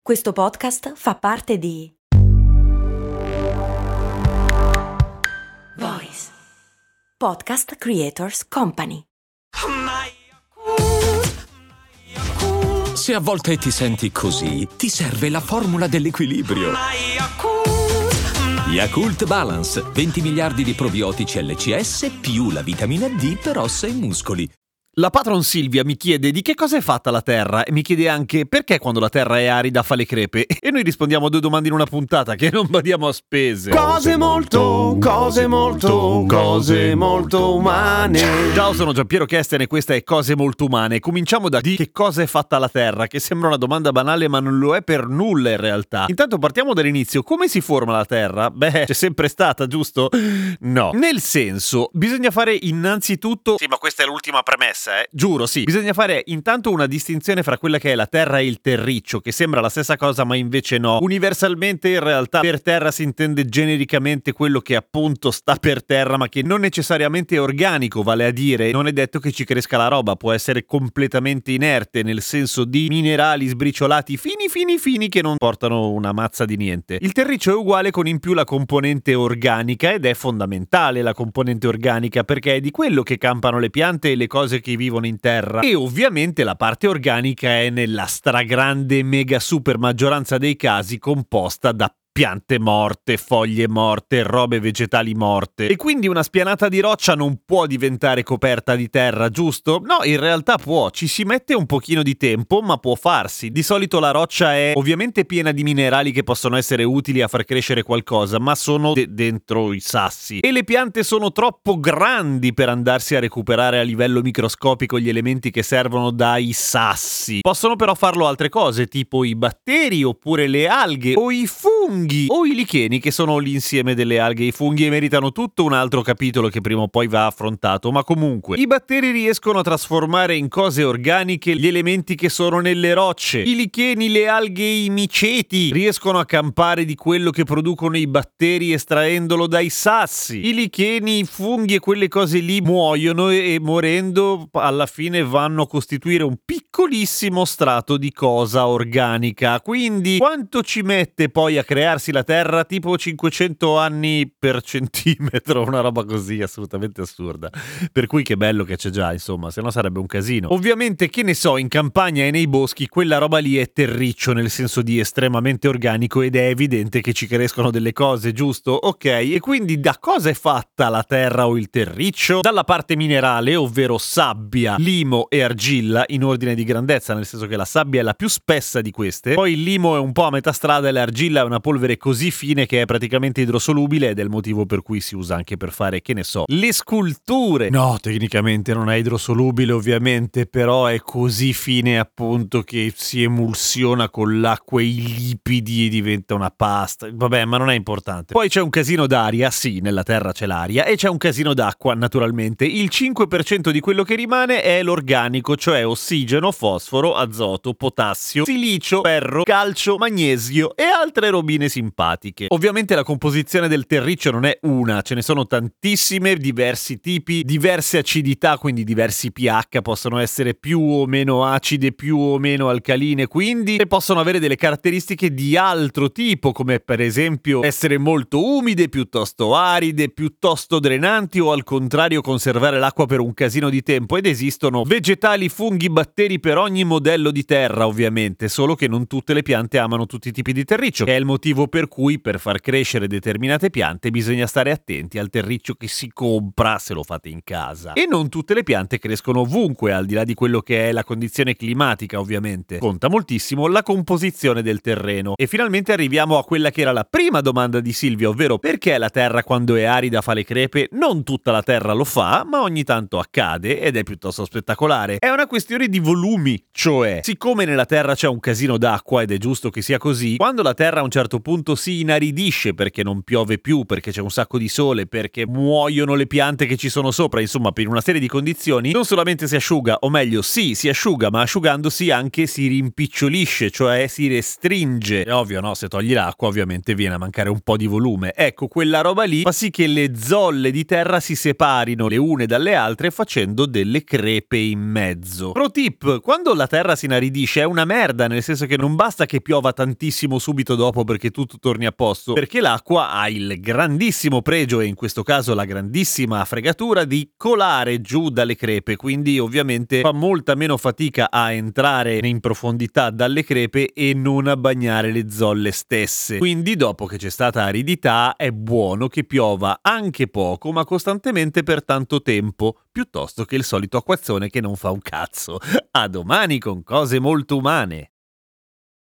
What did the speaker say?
Questo podcast fa parte di Voice Podcast Creators Company. Se a volte ti senti così, ti serve la formula dell'equilibrio. Yakult Balance, 20 miliardi di probiotici LCS più la vitamina D per ossa e muscoli. La patron Silvia mi chiede di che cosa è fatta la Terra e mi chiede anche perché quando la Terra è arida fa le crepe, e noi rispondiamo a 2 domande in una puntata, che non badiamo a spese. Cose molto umane. Ciao, sono Giampiero Kesten e questa è Cose molto umane. Cominciamo da di che cosa è fatta la Terra, che sembra una domanda banale ma non lo è per nulla in realtà. Intanto partiamo dall'inizio. Come si forma la Terra? Beh, c'è sempre stata, giusto? No. Nel senso, bisogna fare innanzitutto... Sì, ma questa è l'ultima premessa. Giuro, sì. Bisogna fare intanto una distinzione fra quella che è la terra e il terriccio, che sembra la stessa cosa ma invece no. Universalmente in realtà per terra si intende genericamente quello che appunto sta per terra ma che non necessariamente è organico, vale a dire non è detto che ci cresca la roba, può essere completamente inerte, nel senso di minerali sbriciolati fini che non portano una mazza di niente. Il terriccio è uguale, con in più la componente organica, ed è fondamentale la componente organica perché è di quello che campano le piante e le cose che vivono in terra, e ovviamente la parte organica è nella stragrande mega super maggioranza dei casi composta da piante morte, foglie morte, robe vegetali morte. E quindi una spianata di roccia non può diventare coperta di terra, giusto? No, in realtà può, ci si mette un pochino di tempo, ma può farsi. Di solito la roccia è ovviamente piena di minerali che possono essere utili a far crescere qualcosa, ma sono dentro i sassi. E le piante sono troppo grandi per andarsi a recuperare a livello microscopico gli elementi che servono dai sassi. Possono però farlo altre cose, tipo i batteri, oppure le alghe, o i funghi, o i licheni, che sono l'insieme delle alghe e i funghi, e meritano tutto un altro capitolo che prima o poi va affrontato. Ma comunque, i batteri riescono a trasformare in cose organiche gli elementi che sono nelle rocce. I licheni, le alghe e i miceti riescono a campare di quello che producono i batteri estraendolo dai sassi. I licheni, i funghi e quelle cose lì muoiono e morendo alla fine vanno a costituire un piccolissimo strato di cosa organica. Quindi quanto ci mette poi a crearsi la Terra? Tipo 500 anni per centimetro, una roba così assolutamente assurda. Per cui che bello che c'è già, insomma, se no sarebbe un casino. Ovviamente, che ne so, in campagna e nei boschi quella roba lì è terriccio, nel senso di estremamente organico, ed è evidente che ci crescono delle cose, giusto? Ok, e quindi da cosa è fatta la Terra o il terriccio? Dalla parte minerale, ovvero sabbia, limo e argilla, in ordine di grandezza, nel senso che la sabbia è la più spessa di queste, poi il limo è un po' a metà strada e l'argilla è una polvere così fine che è praticamente idrosolubile, ed è il motivo per cui si usa anche per fare, che ne so, le sculture. No, tecnicamente non è idrosolubile ovviamente, però è così fine appunto che si emulsiona con l'acqua e i lipidi e diventa una pasta. Vabbè, ma non è importante. Poi c'è un casino d'aria, sì, nella Terra c'è l'aria, e c'è un casino d'acqua, naturalmente. Il 5% di quello che rimane è l'organico, cioè ossigeno, fosforo, azoto, potassio, silicio, ferro, calcio, magnesio e altre robine simpatiche. Ovviamente la composizione del terriccio non è una, ce ne sono tantissime, diversi tipi, diverse acidità, quindi diversi pH, possono essere più o meno acide, più o meno alcaline, quindi, e possono avere delle caratteristiche di altro tipo, come per esempio essere molto umide, piuttosto aride, piuttosto drenanti, o al contrario conservare l'acqua per un casino di tempo. Ed esistono vegetali, funghi, batteri per ogni modello di terra, ovviamente, solo che non tutte le piante amano tutti i tipi di terriccio, che è il motivo per cui per far crescere determinate piante bisogna stare attenti al terriccio che si compra se lo fate in casa. E non tutte le piante crescono ovunque, al di là di quello che è la condizione climatica, ovviamente. Conta moltissimo la composizione del terreno. E finalmente arriviamo a quella che era la prima domanda di Silvia, ovvero perché la terra quando è arida fa le crepe. Non tutta la terra lo fa, ma ogni tanto accade ed è piuttosto spettacolare. È una questione di volumi, cioè, siccome nella terra c'è un casino d'acqua, ed è giusto che sia così, quando la terra a un certo punto punto si inaridisce perché non piove più, perché c'è un sacco di sole, perché muoiono le piante che ci sono sopra, insomma per una serie di condizioni, non solamente si asciuga, o meglio sì, si asciuga, ma asciugandosi anche si rimpicciolisce, cioè si restringe. È ovvio, no? Se togli l'acqua ovviamente viene a mancare un po' di volume. Ecco, quella roba lì fa sì che le zolle di terra si separino le une dalle altre facendo delle crepe in mezzo. Pro tip: quando la terra si inaridisce è una merda, nel senso che non basta che piova tantissimo subito dopo perché tutto torni a posto, perché l'acqua ha il grandissimo pregio, e in questo caso la grandissima fregatura, di colare giù dalle crepe, quindi ovviamente fa molta meno fatica a entrare in profondità dalle crepe e non a bagnare le zolle stesse. Quindi dopo che c'è stata aridità è buono che piova anche poco ma costantemente per tanto tempo, piuttosto che il solito acquazzone che non fa un cazzo. A domani con cose molto umane.